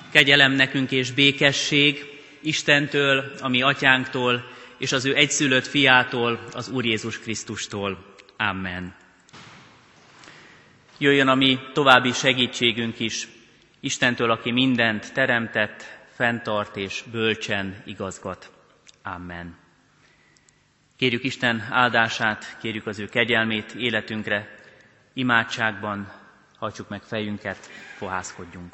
Kegyelem nekünk és békesség Istentől, a mi atyánktól, és az ő egyszülött fiától, az Úr Jézus Krisztustól. Amen. Jöjjön a mi további segítségünk is Istentől, aki mindent teremtett, fenntart és bölcsen igazgat. Amen. Kérjük Isten áldását, kérjük az ő kegyelmét életünkre, imádságban hajtsuk meg fejünket, fohászkodjunk.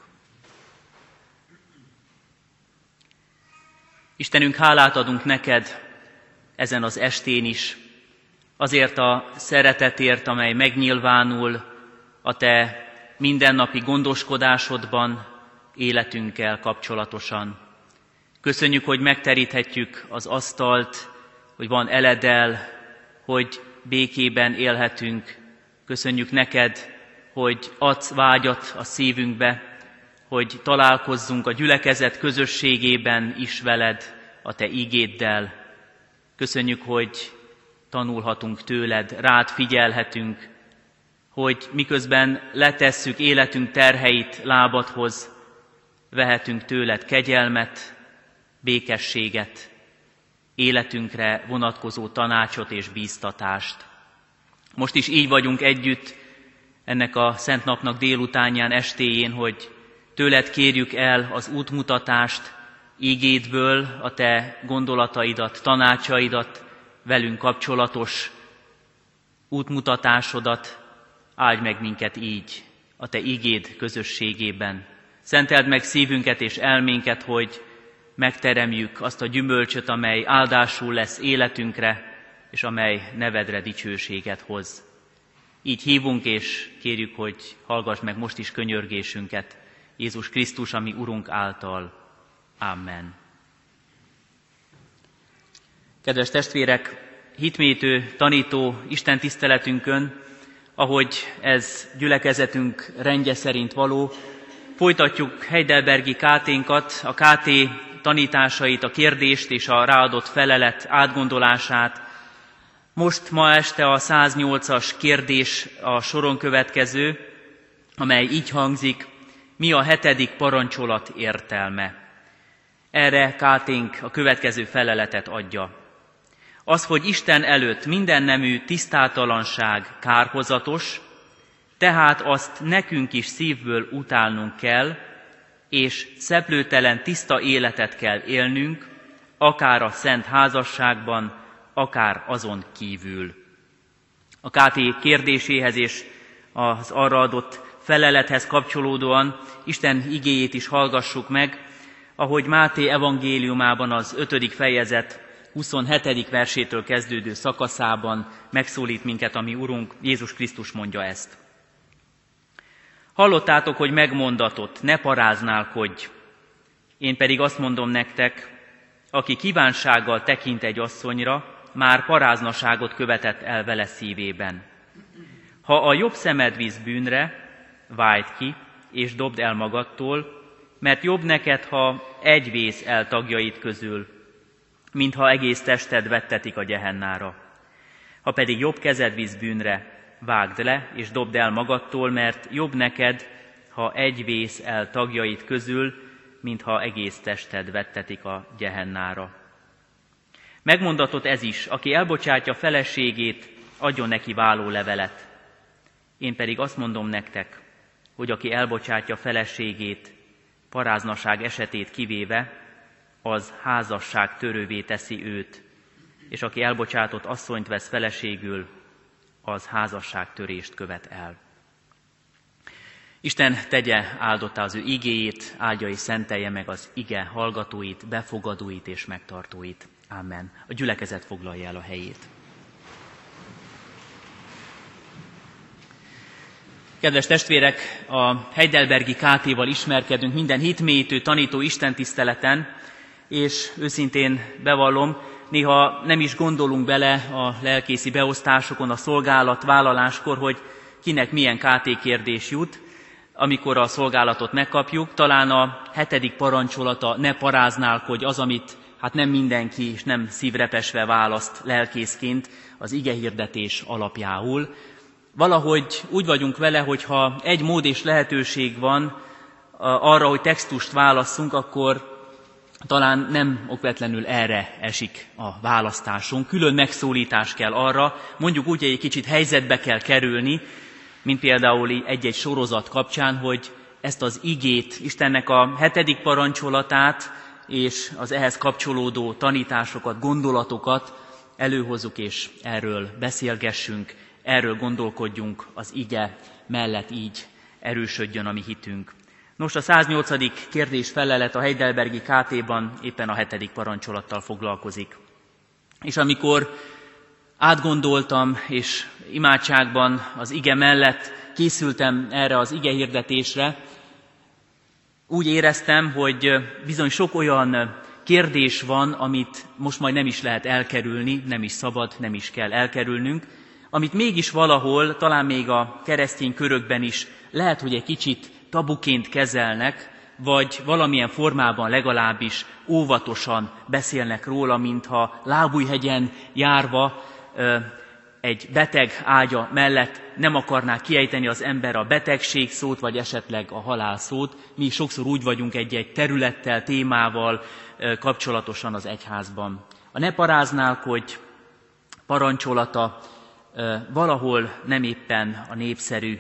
Istenünk, hálát adunk neked ezen az estén is, azért a szeretetért, amely megnyilvánul a te mindennapi gondoskodásodban, életünkkel kapcsolatosan. Köszönjük, hogy megteríthetjük az asztalt, hogy van eledel, hogy békében élhetünk. Köszönjük neked, hogy adsz vágyat a szívünkbe, hogy találkozzunk a gyülekezet közösségében is veled, a te ígéddel. Köszönjük, hogy tanulhatunk tőled, rád figyelhetünk, hogy miközben letesszük életünk terheit lábadhoz, vehetünk tőled kegyelmet, békességet, életünkre vonatkozó tanácsot és bíztatást. Most is így vagyunk együtt ennek a szent napnak délutánján, estéjén, hogy tőled kérjük el az útmutatást, ígédből a te gondolataidat, tanácsaidat, velünk kapcsolatos útmutatásodat. Áldj meg minket így a te ígéd közösségében. Szenteld meg szívünket és elménket, hogy megteremjük azt a gyümölcsöt, amely áldásul lesz életünkre, és amely nevedre dicsőséget hoz. Így hívunk és kérjük, hogy hallgass meg most is könyörgésünket Jézus Krisztus, a mi Urunk által. Amen. Kedves testvérek, hitmétő, tanító Isten tiszteletünkön, ahogy ez gyülekezetünk rendje szerint való, folytatjuk heidelbergi KT-nkat, a KT tanításait, a kérdést és a ráadott felelet átgondolását. Ma este a 108-as kérdés a soron következő, amely így hangzik: mi a 7. parancsolat értelme? Erre KT-nk a következő feleletet adja. Az, hogy Isten előtt minden nemű tisztátalanság kárhozatos, tehát azt nekünk is szívből utálnunk kell, és szeplőtelen tiszta életet kell élnünk, akár a szent házasságban, akár azon kívül. A KT kérdéséhez és az arra adott felelethez kapcsolódóan Isten igéjét is hallgassuk meg, ahogy Máté evangéliumában az 5. fejezet 27. versétől kezdődő szakaszában megszólít minket a mi Urunk, Jézus Krisztus mondja ezt. Hallottátok, hogy megmondatott, ne paráználkodj. Én pedig azt mondom nektek, aki kívánsággal tekint egy asszonyra, már paráznaságot követett el vele szívében. Ha a jobb szemed visz bűnre, vájd ki, és dobd el magadtól, mert jobb neked, ha egy vész el tagjait közül, mintha egész tested vettetik a gyehennára. Ha pedig jobb kezed visz bűnre, vágd le, és dobd el magadtól, mert jobb neked, ha egy vész el tagjait közül, mintha egész tested vettetik a gyehennára. Megmondatott ez is, aki elbocsátja feleségét, adjon neki vállólevelet. Én pedig azt mondom nektek, hogy aki elbocsátja feleségét, paráznaság esetét kivéve, az házasság törővé teszi őt, és aki elbocsátott asszonyt vesz feleségül, az házasságtörést követ el. Isten tegye áldottá az ő igéjét, áldja és szentelje meg az ige hallgatóit, befogadóit és megtartóit. Amen. A gyülekezet foglalja el a helyét. Kedves testvérek, a heidelbergi KT-val ismerkedünk minden hitmélyítő, tanító istentiszteleten, és őszintén bevallom, néha nem is gondolunk bele a lelkészi beosztásokon, a szolgálatvállaláskor, hogy kinek milyen KT kérdés jut, amikor a szolgálatot megkapjuk. Talán a 7. parancsolata, ne paráználkodj, az, amit nem mindenki és nem szívrepesve választ lelkészként az igehirdetés alapjául. Valahogy úgy vagyunk vele, hogy ha egy mód és lehetőség van arra, hogy textust válasszunk, akkor talán nem okvetlenül erre esik a választásunk. Külön megszólítás kell arra, mondjuk úgy, hogy egy kicsit helyzetbe kell kerülni, mint például egy-egy sorozat kapcsán, hogy ezt az igét, Istennek a 7. parancsolatát és az ehhez kapcsolódó tanításokat, gondolatokat előhozzuk és erről beszélgessünk, erről gondolkodjunk, az ige mellett így erősödjön a mi hitünk. Nos, a 108. kérdés felelet a Heidelbergi KT-ban éppen a 7. parancsolattal foglalkozik. És amikor átgondoltam, és imádságban az ige mellett készültem erre az ige hirdetésre, úgy éreztem, hogy bizony sok olyan kérdés van, amit most majd nem is lehet elkerülni, nem is szabad, nem is kell elkerülnünk, amit mégis valahol, talán még a keresztény körökben is lehet, hogy egy kicsit tabuként kezelnek, vagy valamilyen formában legalábbis óvatosan beszélnek róla, mintha Lábújhegyen járva egy beteg ágya mellett nem akarná kiejteni az ember a betegség szót, vagy esetleg a halál szót. Mi sokszor úgy vagyunk egy-egy területtel, témával kapcsolatosan az egyházban. A ne paráználkodj parancsolata valahol nem éppen a népszerű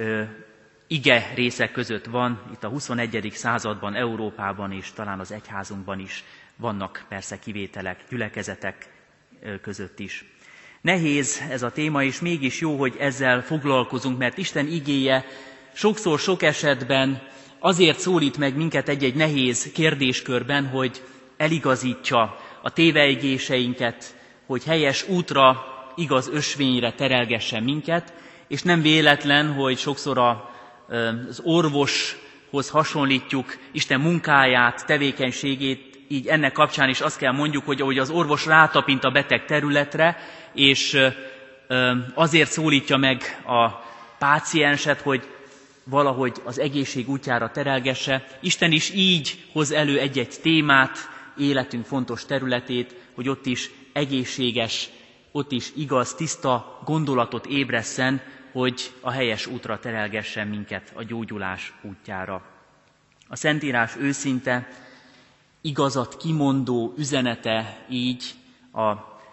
ige részek között van, itt a 21. században, Európában és talán az egyházunkban is vannak persze kivételek, gyülekezetek között is. Nehéz ez a téma, és mégis jó, hogy ezzel foglalkozunk, mert Isten igéje sokszor, sok esetben azért szólít meg minket egy-egy nehéz kérdéskörben, hogy eligazítsa a tévejgéseinket, hogy helyes útra, igaz ösvényre terelgesse minket, és nem véletlen, hogy sokszor az orvoshoz hasonlítjuk Isten munkáját, tevékenységét, így ennek kapcsán is azt kell mondjuk, hogy ahogy az orvos rátapint a beteg területre, és azért szólítja meg a pácienset, hogy valahogy az egészség útjára terelgesse, Isten is így hoz elő egy-egy témát, életünk fontos területét, hogy ott is egészséges, ott is igaz, tiszta gondolatot ébresszen, hogy a helyes útra terelgessen minket a gyógyulás útjára. A Szentírás őszinte, igazat kimondó üzenete így a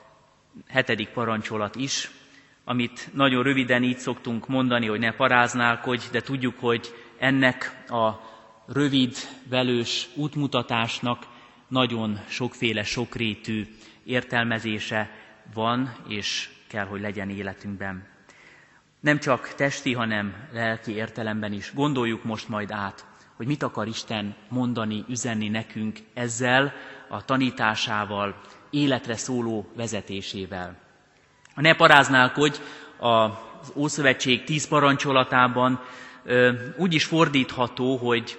7. parancsolat is, amit nagyon röviden így szoktunk mondani, hogy ne paráználkodj, de tudjuk, hogy ennek a rövid, velős útmutatásnak nagyon sokféle, sokrétű értelmezése van, és kell, hogy legyen életünkben. Nem csak testi, hanem lelki értelemben is. Gondoljuk most majd át, hogy mit akar Isten mondani, üzenni nekünk ezzel a tanításával, életre szóló vezetésével. A ne paráználkodj az Ószövetség 10 parancsolatában úgy is fordítható, hogy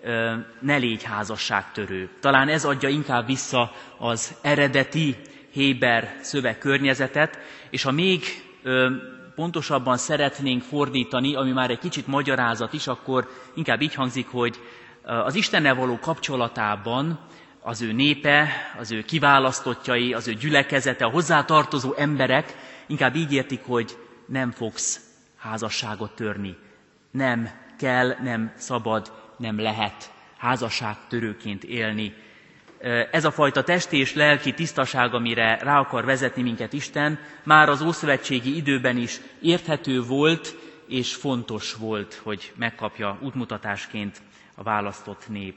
ne légy házasságtörő. Talán ez adja inkább vissza az eredeti héber szövegkörnyezetet, és ha még pontosabban szeretnénk fordítani, ami már egy kicsit magyarázat is, akkor inkább így hangzik, hogy az Istennel való kapcsolatában az ő népe, az ő kiválasztottjai, az ő gyülekezete, a hozzátartozó emberek inkább így értik, hogy nem fogsz házasságot törni. Nem kell, nem szabad, nem lehet házasságtörőként élni. Ez a fajta testi és lelki tisztaság, amire rá akar vezetni minket Isten, már az ószövetségi időben is érthető volt, és fontos volt, hogy megkapja útmutatásként a választott nép.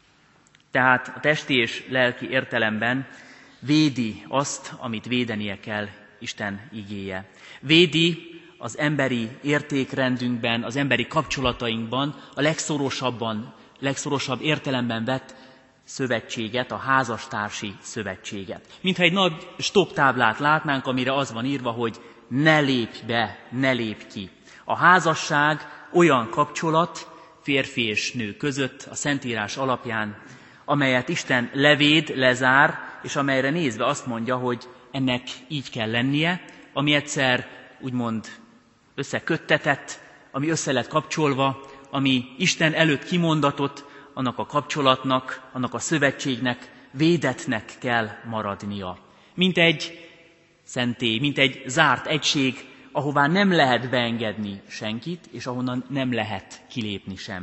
Tehát a testi és lelki értelemben védi azt, amit védenie kell Isten igéje. Védi az emberi értékrendünkben, az emberi kapcsolatainkban a legszorosabb értelemben vett szövetséget, a házastársi szövetséget. Mintha egy nagy stop táblát látnánk, amire az van írva, hogy ne lépj be, ne lépj ki. A házasság olyan kapcsolat férfi és nő között a Szentírás alapján, amelyet Isten levéd, lezár, és amelyre nézve azt mondja, hogy ennek így kell lennie, ami egyszer úgymond összeköttetett, ami össze lett kapcsolva, ami Isten előtt kimondatott, annak a kapcsolatnak, annak a szövetségnek védetnek kell maradnia. Mint egy szentély, mint egy zárt egység, ahová nem lehet beengedni senkit, és ahonnan nem lehet kilépni sem.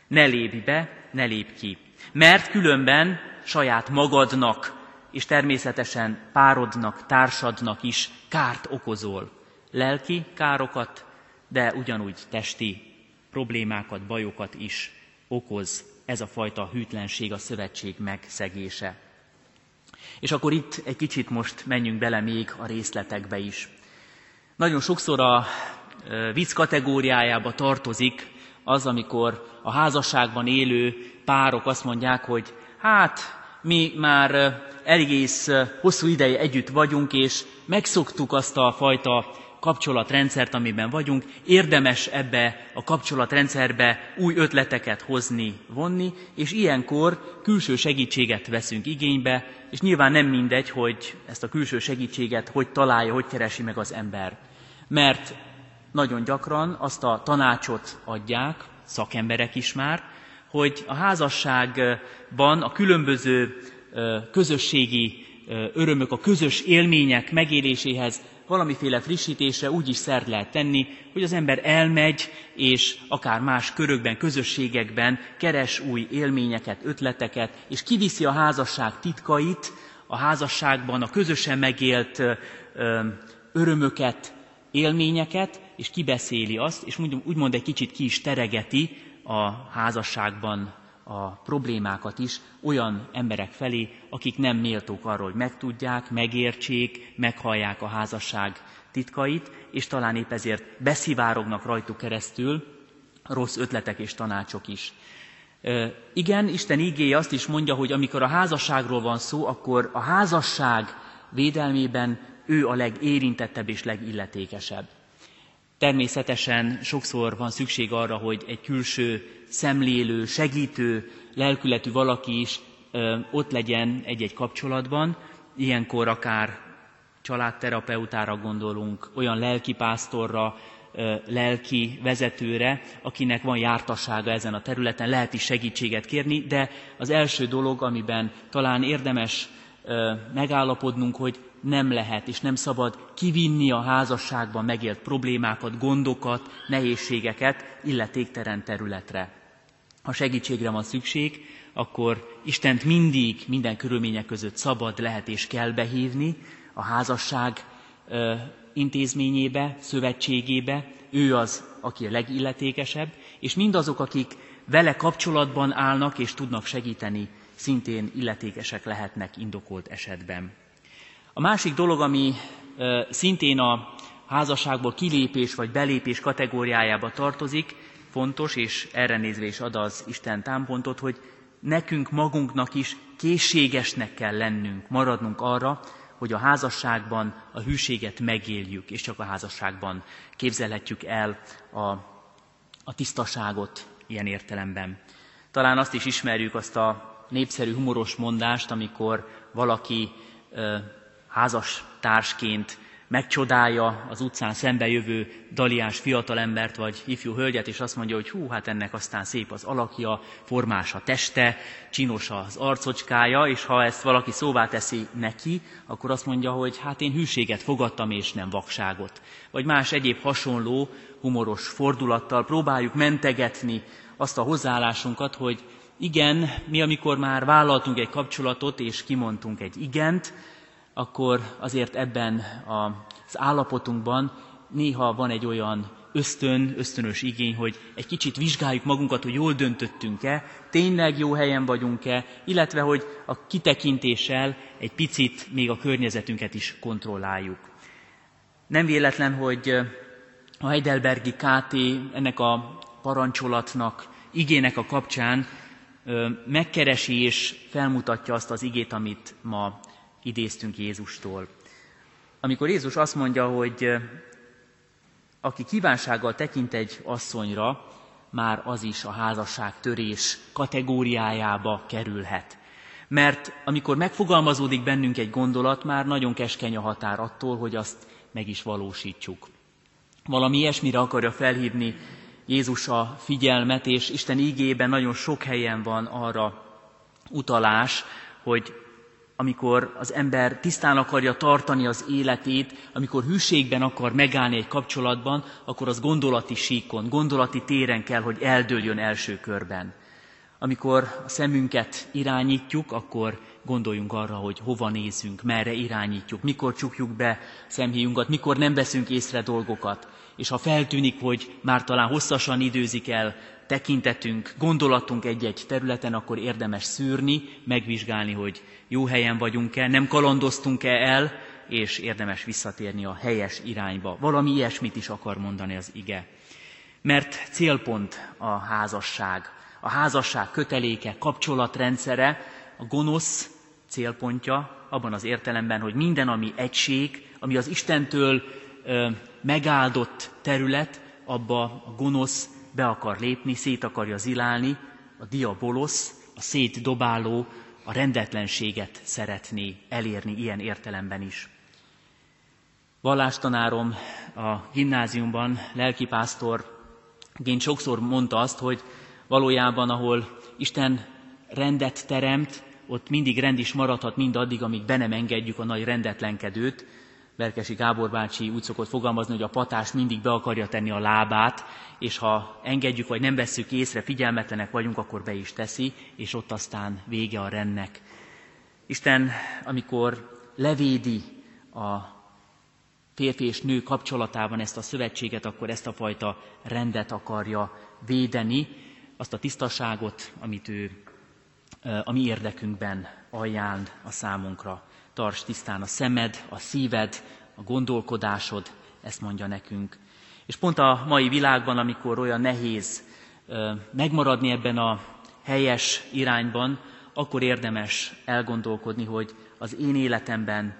Ne lépj be, ne lépj ki, mert különben saját magadnak és természetesen párodnak, társadnak is kárt okozol. Lelki károkat, de ugyanúgy testi problémákat, bajokat is okoz ez a fajta hűtlenség, a szövetség megszegése. És akkor itt egy kicsit most menjünk bele még a részletekbe is. Nagyon sokszor a vicc kategóriájába tartozik az, amikor a házasságban élő párok azt mondják, hogy hát mi már egész hosszú ideje együtt vagyunk, és megszoktuk azt a fajta kapcsolatrendszert, amiben vagyunk, érdemes ebbe a kapcsolatrendszerbe új ötleteket hozni, vonni, és ilyenkor külső segítséget veszünk igénybe, és nyilván nem mindegy, hogy ezt a külső segítséget hogy találja, hogy keresi meg az ember. Mert nagyon gyakran azt a tanácsot adják, szakemberek is már, hogy a házasságban a különböző közösségi örömök, a közös élmények megéléséhez valamiféle frissítésre úgy is szert lehet tenni, hogy az ember elmegy, és akár más körökben, közösségekben keres új élményeket, ötleteket, és kiviszi a házasság titkait, a házasságban a közösen megélt örömöket, élményeket, és kibeszéli azt, és úgymond egy kicsit ki is teregeti a házasságban a problémákat is olyan emberek felé, akik nem méltók arról, hogy megtudják, megértsék, meghallják a házasság titkait, és talán épp ezért beszivárognak rajtuk keresztül rossz ötletek és tanácsok is. Igen, Isten igéje azt is mondja, hogy amikor a házasságról van szó, akkor a házasság védelmében ő a legérintettebb és legilletékesebb. Természetesen sokszor van szükség arra, hogy egy külső, szemlélő, segítő, lelkületű valaki is ott legyen egy-egy kapcsolatban. Ilyenkor akár családterapeutára gondolunk, olyan lelkipásztorra, lelki vezetőre, akinek van jártassága ezen a területen, lehet is segítséget kérni, de az első dolog, amiben talán érdemes megállapodnunk, hogy nem lehet és nem szabad kivinni a házasságban megélt problémákat, gondokat, nehézségeket illetéktelen területre. Ha segítségre van szükség, akkor Istent mindig, minden körülmények között szabad lehet és kell behívni a házasság intézményébe, szövetségébe. Ő az, aki a legilletékesebb, és mindazok, akik vele kapcsolatban állnak és tudnak segíteni, szintén illetékesek lehetnek indokolt esetben. A másik dolog, ami szintén a házasságból kilépés vagy belépés kategóriájába tartozik, fontos, és erre nézve is ad az Isten támpontot, hogy nekünk magunknak is készségesnek kell lennünk, maradnunk arra, hogy a házasságban a hűséget megéljük, és csak a házasságban képzelhetjük el a tisztaságot ilyen értelemben. Talán azt is ismerjük, azt a népszerű humoros mondást, amikor valaki házastársként megcsodálja az utcán szembejövő daliás fiatalembert vagy ifjú hölgyet, és azt mondja, hogy hú, hát ennek aztán szép az alakja, formás a teste, csinos az arcocskája, és ha ezt valaki szóvá teszi neki, akkor azt mondja, hogy hát én hűséget fogadtam, és nem vakságot. Vagy más egyéb hasonló humoros fordulattal próbáljuk mentegetni azt a hozzáállásunkat, hogy igen, mi amikor már vállaltunk egy kapcsolatot, és kimondtunk egy igent, akkor azért ebben az állapotunkban néha van egy olyan ösztönös igény, hogy egy kicsit vizsgáljuk magunkat, hogy jól döntöttünk-e, tényleg jó helyen vagyunk-e, illetve hogy a kitekintéssel egy picit még a környezetünket is kontrolláljuk. Nem véletlen, hogy a Heidelbergi KT ennek a parancsolatnak, igének a kapcsán megkeresi és felmutatja azt az igét, amit ma idéztünk Jézustól. Amikor Jézus azt mondja, hogy aki kívánsággal tekint egy asszonyra, már az is a házasságtörés kategóriájába kerülhet. Mert amikor megfogalmazódik bennünk egy gondolat, már nagyon keskeny a határ attól, hogy azt meg is valósítsuk. Valami ilyesmire akarja felhívni Jézus a figyelmet, és Isten igéjében nagyon sok helyen van arra utalás, hogy amikor az ember tisztán akarja tartani az életét, amikor hűségben akar megállni egy kapcsolatban, akkor az gondolati síkon, gondolati téren kell, hogy eldőljön első körben. Amikor a szemünket irányítjuk, akkor gondoljunk arra, hogy hova nézünk, merre irányítjuk, mikor csukjuk be szemhéjunkat, mikor nem veszünk észre dolgokat. És ha feltűnik, hogy már talán hosszasan időzik el tekintetünk, gondolatunk egy-egy területen, akkor érdemes szűrni, megvizsgálni, hogy jó helyen vagyunk-e, nem kalandoztunk-e el, és érdemes visszatérni a helyes irányba. Valami ilyesmit is akar mondani az ige. Mert célpont a házasság. A házasság köteléke, kapcsolatrendszere, a gonosz célpontja abban az értelemben, hogy minden, ami egység, ami az Istentől megáldott terület, abba a gonosz be akar lépni, szét akarja zilálni, a diabolosz, a szétdobáló, a rendetlenséget szeretné elérni ilyen értelemben is. Vallástanárom a gimnáziumban, lelkipásztorként sokszor mondta azt, hogy valójában, ahol Isten rendet teremt, ott mindig rend is maradhat mindaddig, amíg be nem engedjük a nagy rendetlenkedőt. Berkesi Gábor bácsi úgy szokott fogalmazni, hogy a patás mindig be akarja tenni a lábát, és ha engedjük, vagy nem vesszük észre, figyelmetlenek vagyunk, akkor be is teszi, és ott aztán vége a rendnek. Isten, amikor levédi a férfi és nő kapcsolatában ezt a szövetséget, akkor ezt a fajta rendet akarja védeni, azt a tisztaságot, amit ő a mi érdekünkben ajánl a számunkra. Tartsd tisztán a szemed, a szíved, a gondolkodásod, ezt mondja nekünk. És pont a mai világban, amikor olyan nehéz megmaradni ebben a helyes irányban, akkor érdemes elgondolkodni, hogy az én életemben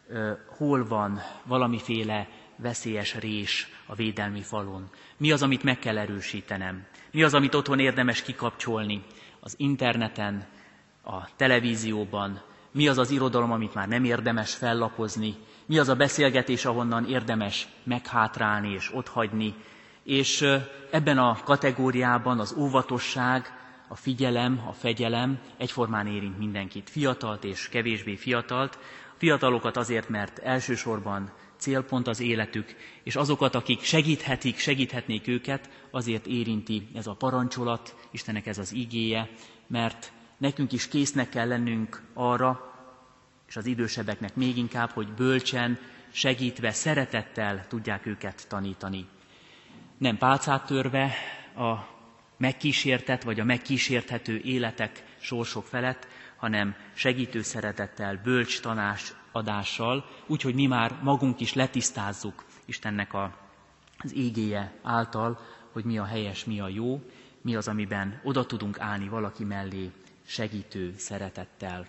hol van valamiféle veszélyes rés a védelmi falon. Mi az, amit meg kell erősítenem? Mi az, amit otthon érdemes kikapcsolni? Az interneten, a televízióban, mi az az irodalom, amit már nem érdemes fellapozni, mi az a beszélgetés, ahonnan érdemes meghátrálni és otthagyni, és ebben a kategóriában az óvatosság, a figyelem, a fegyelem egyformán érint mindenkit, fiatalt és kevésbé fiatalt, fiatalokat azért, mert elsősorban célpont az életük, és azokat, akik segíthetnék őket, azért érinti ez a parancsolat, Istennek ez az igéje, mert nekünk is késznek kell lennünk arra, és az idősebbeknek még inkább, hogy bölcsen, segítve, szeretettel tudják őket tanítani. Nem pálcát törve a megkísértett vagy a megkísérthető életek sorsok felett, hanem segítő szeretettel, bölcs tanácsadással, úgyhogy mi már magunk is letisztázzuk Istennek az ígéje által, hogy mi a helyes, mi a jó, mi az, amiben oda tudunk állni valaki mellé segítő szeretettel.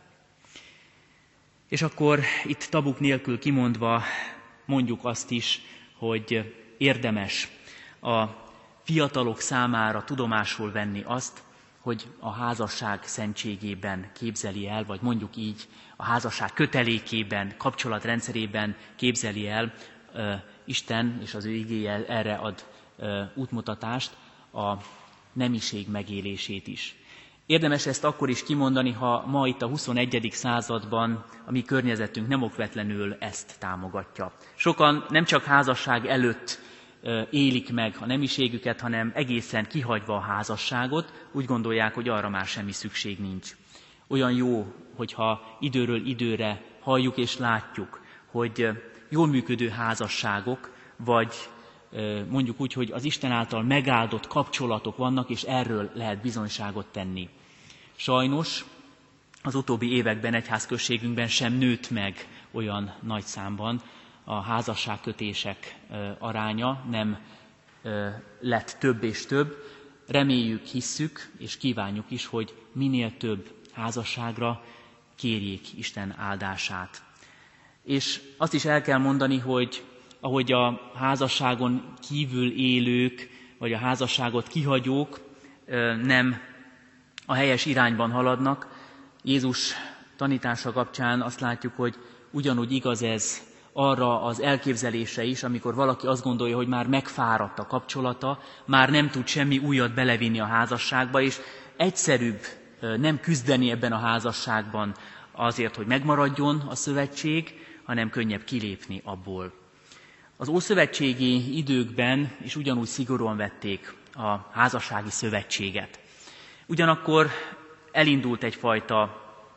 És akkor itt tabuk nélkül kimondva mondjuk azt is, hogy érdemes a fiatalok számára tudomásul venni azt, hogy a házasság szentségében képzeli el, vagy mondjuk így a házasság kötelékében, kapcsolatrendszerében képzeli el Isten, és az ő igéje erre ad útmutatást, a nemiség megélését is. Érdemes ezt akkor is kimondani, ha ma itt a 21. században a mi környezetünk nem okvetlenül ezt támogatja. Sokan nem csak házasság előtt élik meg a nemiségüket, hanem egészen kihagyva a házasságot, úgy gondolják, hogy arra már semmi szükség nincs. Olyan jó, hogyha időről időre halljuk és látjuk, hogy jól működő házasságok, vagy mondjuk úgy, hogy az Isten által megáldott kapcsolatok vannak, és erről lehet bizonyságot tenni. Sajnos az utóbbi években egyházközségünkben sem nőtt meg olyan nagy számban a házasságkötések aránya, nem lett több és több. Reméljük, hisszük és kívánjuk is, hogy minél több házasságra kérjék Isten áldását. És azt is el kell mondani, hogy ahogy a házasságon kívül élők, vagy a házasságot kihagyók nem a helyes irányban haladnak, Jézus tanítása kapcsán azt látjuk, hogy ugyanúgy igaz ez arra az elképzelésre is, amikor valaki azt gondolja, hogy már megfáradt a kapcsolata, már nem tud semmi újat belevinni a házasságba, és egyszerűbb nem küzdeni ebben a házasságban azért, hogy megmaradjon a szövetség, hanem könnyebb kilépni abból. Az ószövetségi időkben is ugyanúgy szigorúan vették a házassági szövetséget. Ugyanakkor elindult egyfajta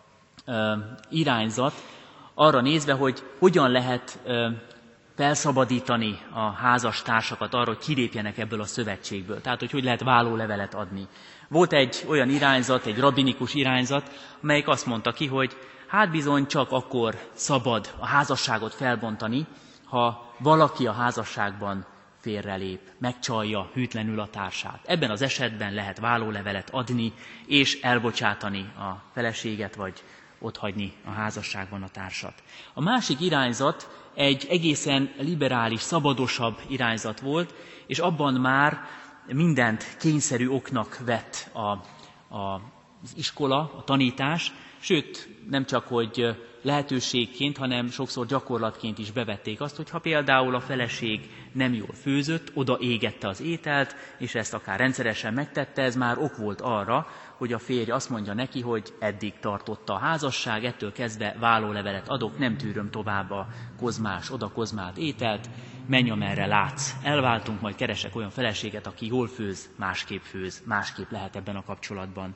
irányzat arra nézve, hogy hogyan lehet felszabadítani a házastársakat arra, hogy kilépjenek ebből a szövetségből. Tehát, hogy lehet vállólevelet adni. Volt egy olyan irányzat, egy rabbinikus irányzat, amelyik azt mondta ki, hogy hát bizony csak akkor szabad a házasságot felbontani, ha valaki a házasságban félrelép, megcsalja hűtlenül a társát. Ebben az esetben lehet vállólevelet adni és elbocsátani a feleséget, vagy otthagyni a házasságban a társat. A másik irányzat egy egészen liberális, szabadosabb irányzat volt, és abban már mindent kényszerű oknak vett az iskola, a tanítás, sőt, nem csak, hogy lehetőségként, hanem sokszor gyakorlatként is bevették azt, hogy ha például a feleség nem jól főzött, oda égette az ételt, és ezt akár rendszeresen megtette, ez már ok volt arra, hogy a férj azt mondja neki, hogy eddig tartotta a házasság, ettől kezdve vállólevelet adok, nem tűröm tovább a oda kozmált ételt, menj amerre látsz. Elváltunk, majd keresek olyan feleséget, aki jól főz, másképp lehet ebben a kapcsolatban.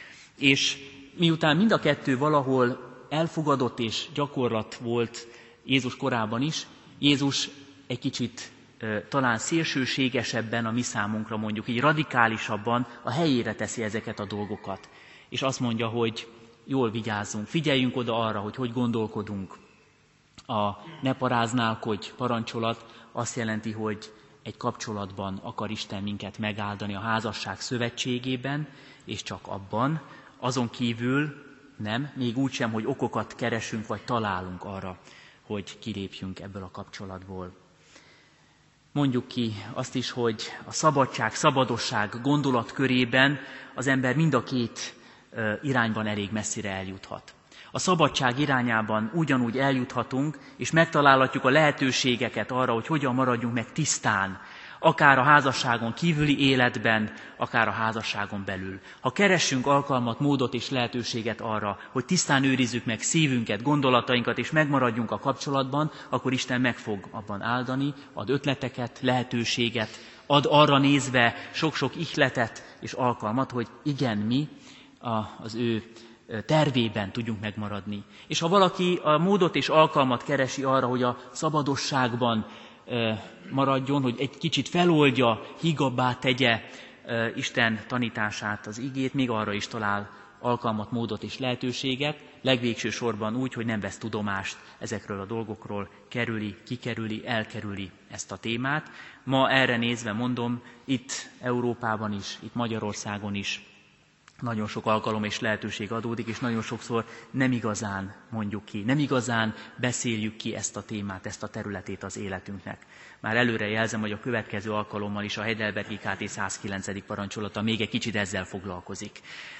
És miután mind a kettő valahol elfogadott és gyakorlat volt Jézus korában is, Jézus egy kicsit talán szélsőségesebben a mi számunkra, mondjuk így radikálisabban a helyére teszi ezeket a dolgokat. És azt mondja, hogy jól vigyázzunk, figyeljünk oda arra, hogy gondolkodunk. A ne paráználkodj parancsolat azt jelenti, hogy egy kapcsolatban akar Isten minket megáldani a házasság szövetségében, és csak abban, azon kívül nem, még úgy sem, hogy okokat keresünk, vagy találunk arra, hogy kilépjünk ebből a kapcsolatból. Mondjuk ki azt is, hogy a szabadság, szabadosság gondolatkörében az ember mind a két irányban elég messzire eljuthat. A szabadság irányában ugyanúgy eljuthatunk, és megtalálhatjuk a lehetőségeket arra, hogy hogyan maradjunk meg tisztán, akár a házasságon kívüli életben, akár a házasságon belül. Ha keressünk alkalmat, módot és lehetőséget arra, hogy tisztán őrizzük meg szívünket, gondolatainkat, és megmaradjunk a kapcsolatban, akkor Isten meg fog abban áldani, ad ötleteket, lehetőséget, ad arra nézve sok-sok ihletet és alkalmat, hogy igen, mi az ő tervében tudjunk megmaradni. És ha valaki a módot és alkalmat keresi arra, hogy a szabadosságban maradjon, hogy egy kicsit feloldja, hígabbá tegye Isten tanítását, az igét, még arra is talál alkalmat, módot és lehetőséget, legvégső sorban úgy, hogy nem vesz tudomást ezekről a dolgokról, elkerüli ezt a témát. Ma erre nézve mondom, itt Európában is, itt Magyarországon is nagyon sok alkalom és lehetőség adódik, és nagyon sokszor nem igazán mondjuk ki, nem igazán beszéljük ki ezt a témát, ezt a területét az életünknek. Már előre jelzem, hogy a következő alkalommal is a Heidelbergi KT 109. parancsolata még egy kicsit ezzel foglalkozik.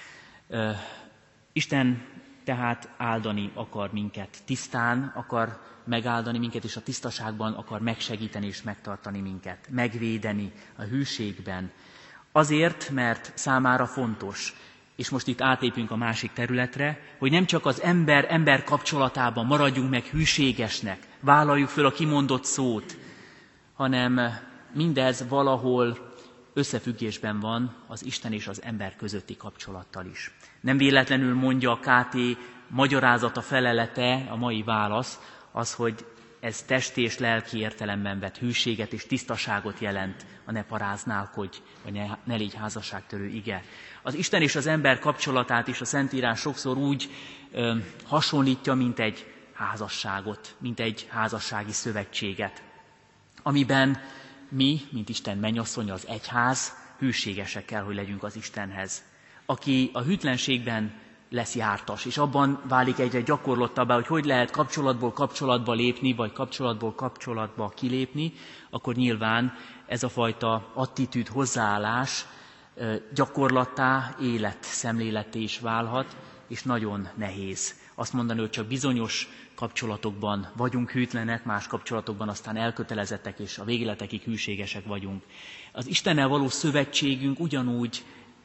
Isten tehát áldani akar minket, tisztán akar megáldani minket, és a tisztaságban akar megsegíteni és megtartani minket, megvédeni a hűségben. Azért, mert számára fontos, és most itt átépünk a másik területre, hogy nem csak az ember-ember kapcsolatában maradjunk meg hűségesnek, vállaljuk föl a kimondott szót, hanem mindez valahol összefüggésben van az Isten és az ember közötti kapcsolattal is. Nem véletlenül mondja a KT magyarázata, felelete, a mai válasz, az, hogy ez testi és lelki értelemben vett hűséget és tisztaságot jelent, a ne paráználkodj, vagy ne légy házasságtörő ige. Az Isten és az ember kapcsolatát is a Szentírás sokszor úgy hasonlítja, mint egy házasságot, mint egy házassági szövetséget, amiben mi, mint Isten mennyasszonya, az egyház, hűségesek kell, hogy legyünk az Istenhez. Aki a hűtlenségben lesz jártas, és abban válik egyre gyakorlottabbá, hogy lehet kapcsolatból kapcsolatba lépni, vagy kapcsolatból kapcsolatba kilépni, akkor nyilván ez a fajta attitűd, hozzáállás gyakorlattá, életszemléletté is válhat, és nagyon nehéz. Azt mondani, hogy csak bizonyos kapcsolatokban vagyunk hűtlenek, más kapcsolatokban aztán elkötelezettek, és a végletekig hűségesek vagyunk. Az Istennel való szövetségünk ugyanúgy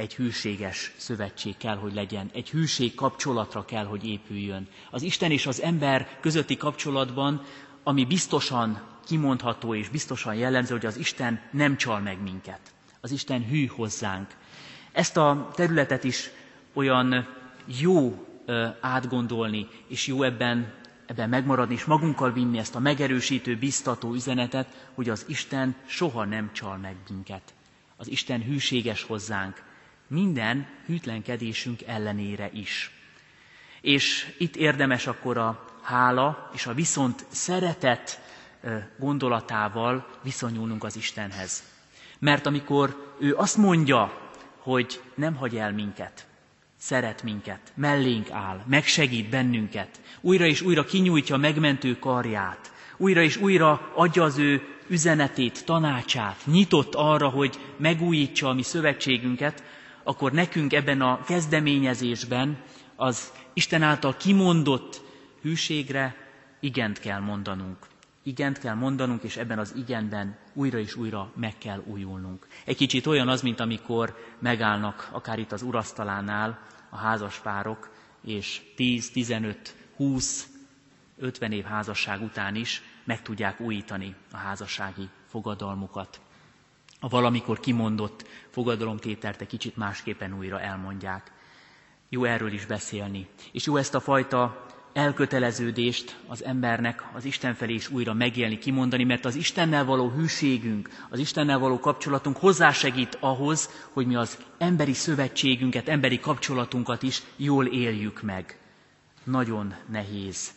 egy hűséges szövetség kell, hogy legyen, egy hűség kapcsolatra kell, hogy épüljön. Az Isten és az ember közötti kapcsolatban, ami biztosan kimondható és biztosan jellemző, hogy az Isten nem csal meg minket. Az Isten hű hozzánk. Ezt a területet is olyan jó átgondolni, és jó ebben megmaradni, és magunkkal vinni ezt a megerősítő, biztató üzenetet, hogy az Isten soha nem csal meg minket. Az Isten hűséges hozzánk, minden hűtlenkedésünk ellenére is. És itt érdemes akkor a hála és a viszont szeretet gondolatával viszonyulnunk az Istenhez. Mert amikor ő azt mondja, hogy nem hagy el minket, szeret minket, mellénk áll, megsegít bennünket, újra és újra kinyújtja megmentő karját, újra és újra adja az ő üzenetét, tanácsát, nyitott arra, hogy megújítsa a mi szövetségünket, akkor nekünk ebben a kezdeményezésben az Isten által kimondott hűségre igent kell mondanunk. Igent kell mondanunk, és ebben az igenben újra és újra meg kell újulnunk. Egy kicsit olyan az, mint amikor megállnak akár itt az urasztalánál a házaspárok, és 10, 15, 20, 50 év házasság után is meg tudják újítani a házassági fogadalmukat. A valamikor kimondott fogadalomtételt egy kicsit másképpen újra elmondják. Jó erről is beszélni, és jó ezt a fajta elköteleződést az embernek az Isten felé is újra megélni, kimondani, mert az Istennel való hűségünk, az Istennel való kapcsolatunk hozzásegít ahhoz, hogy mi az emberi szövetségünket, emberi kapcsolatunkat is jól éljük meg. Nagyon nehéz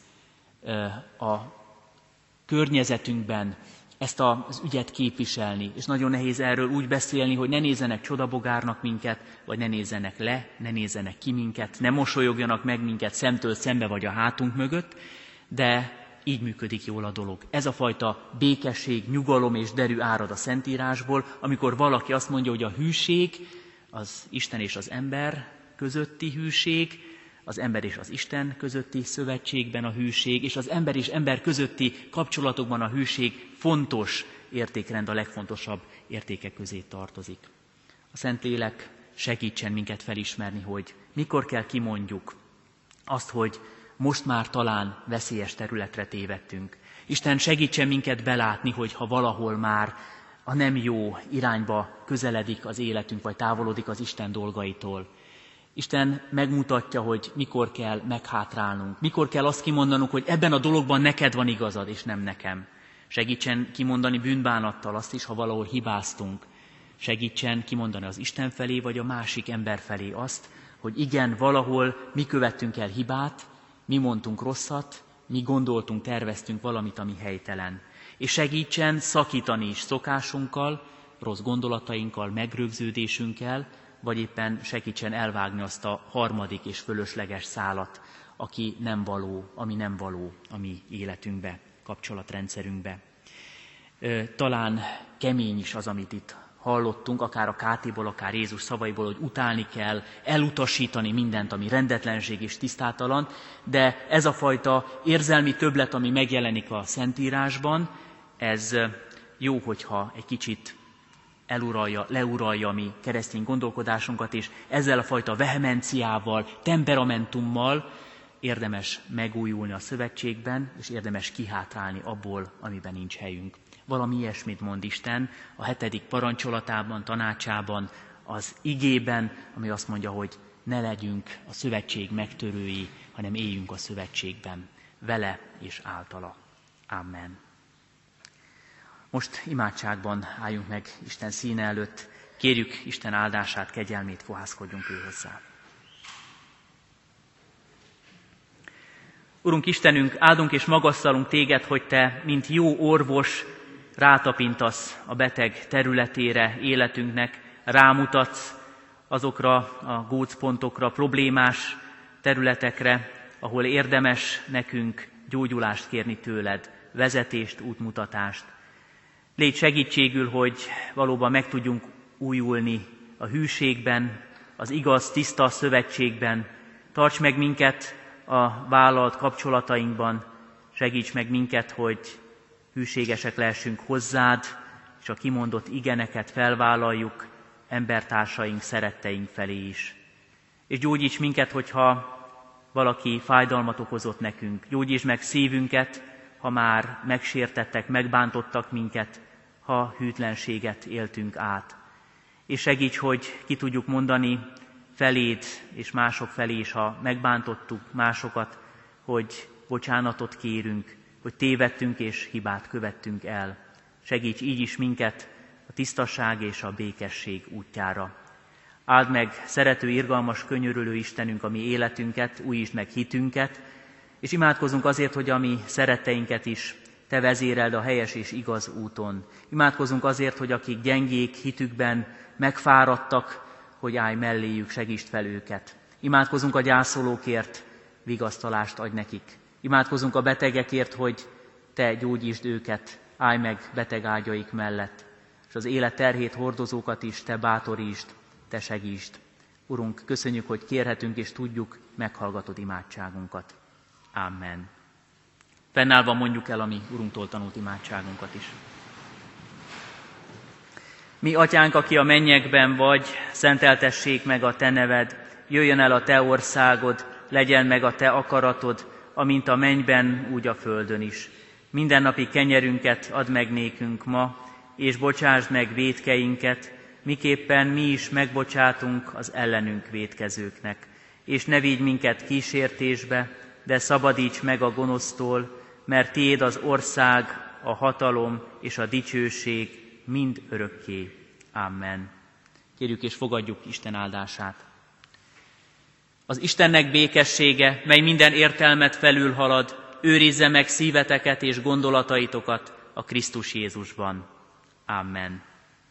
a környezetünkben ezt az ügyet képviselni, és nagyon nehéz erről úgy beszélni, hogy ne nézzenek csodabogárnak minket, vagy ne nézzenek le, ne nézzenek ki minket, ne mosolyogjanak meg minket szemtől szembe vagy a hátunk mögött, de így működik jól a dolog. Ez a fajta békesség, nyugalom és derű árad a Szentírásból, amikor valaki azt mondja, hogy a hűség, az Isten és az ember közötti hűség, az ember és az Isten közötti szövetségben a hűség, és az ember és ember közötti kapcsolatokban a hűség fontos értékrend, a legfontosabb értékek közé tartozik. A Szentlélek segítsen minket felismerni, hogy mikor kell kimondjuk azt, hogy most már talán veszélyes területre tévedtünk. Isten segítsen minket belátni, hogy ha valahol már a nem jó irányba közeledik az életünk, vagy távolodik az Isten dolgaitól. Isten megmutatja, hogy mikor kell meghátrálnunk, mikor kell azt kimondanunk, hogy ebben a dologban neked van igazad, és nem nekem. Segítsen kimondani bűnbánattal azt is, ha valahol hibáztunk. Segítsen kimondani az Isten felé, vagy a másik ember felé azt, hogy igen, valahol mi követtünk el hibát, mi mondtunk rosszat, mi gondoltunk, terveztünk valamit, ami helytelen. És segítsen szakítani is szokásunkkal, rossz gondolatainkkal, megrögződésünkkel, vagy éppen segítsen elvágni azt a harmadik és fölösleges szálat, ami nem való a mi életünkbe, kapcsolatrendszerünkbe. Talán kemény is az, amit itt hallottunk, akár a Kátiból, akár Jézus szavaiból, hogy utálni kell, elutasítani mindent, ami rendetlenség és tisztátalan, de ez a fajta érzelmi többlet, ami megjelenik a Szentírásban, ez jó, hogyha egy kicsit leuralja a mi keresztény gondolkodásunkat, és ezzel a fajta vehemenciával, temperamentummal érdemes megújulni a szövetségben, és érdemes kihátrálni abból, amiben nincs helyünk. Valami ilyesmit mond Isten a 7. parancsolatában, tanácsában, az igében, ami azt mondja, hogy ne legyünk a szövetség megtörői, hanem éljünk a szövetségben, vele és általa. Amen. Most imádságban álljunk meg Isten színe előtt, kérjük Isten áldását, kegyelmét, fohászkodjunk ő hozzá. Urunk Istenünk, áldunk és magasztalunk Téged, hogy Te, mint jó orvos, rátapintasz a beteg területére életünknek, rámutatsz azokra a gócpontokra, problémás területekre, ahol érdemes nekünk gyógyulást kérni tőled, vezetést, útmutatást. Légy segítségül, hogy valóban meg tudjunk újulni a hűségben, az igaz, tiszta szövetségben. Tarts meg minket a vállalt kapcsolatainkban, segíts meg minket, hogy hűségesek lehessünk hozzád, és a kimondott igeneket felvállaljuk, embertársaink, szeretteink felé is. És gyógyíts minket, hogyha valaki fájdalmat okozott nekünk. Gyógyíts meg szívünket, ha már megsértettek, megbántottak minket, ha hűtlenséget éltünk át. És segíts, hogy ki tudjuk mondani feléd és mások felé is, ha megbántottuk másokat, hogy bocsánatot kérünk, hogy tévedtünk és hibát követtünk el. Segíts így is minket a tisztaság és a békesség útjára. Áld meg, szerető, irgalmas, könyörülő Istenünk, a mi életünket, újítsd meg hitünket, és imádkozunk azért, hogy a mi szeretteinket is Te vezéreld a helyes és igaz úton. Imádkozunk azért, hogy akik gyengék hitükben, megfáradtak, hogy állj melléjük, segítsd fel őket. Imádkozunk a gyászolókért, vigasztalást adj nekik. Imádkozunk a betegekért, hogy Te gyógyítsd őket, állj meg beteg ágyaik mellett, és az élet terhét hordozókat is Te bátorítsd, Te segítsd. Urunk, köszönjük, hogy kérhetünk és tudjuk, meghallgatod imádságunkat. Amen. Fennállva mondjuk el a mi Urunktól tanult imádságunkat is. Mi atyánk, aki a mennyekben vagy, szenteltessék meg a Te neved, jöjjön el a Te országod, legyen meg a Te akaratod, amint a mennyben, úgy a földön is. Mindennapi kenyerünket add meg nékünk ma, és bocsásd meg vétkeinket, miképpen mi is megbocsátunk az ellenünk vétkezőknek. És ne vigy minket kísértésbe, de szabadíts meg a gonosztól, mert Tiéd az ország, a hatalom és a dicsőség mind örökké. Amen. Kérjük és fogadjuk Isten áldását. Az Istennek békessége, mely minden értelmet felülhalad, őrizze meg szíveteket és gondolataitokat a Krisztus Jézusban. Amen.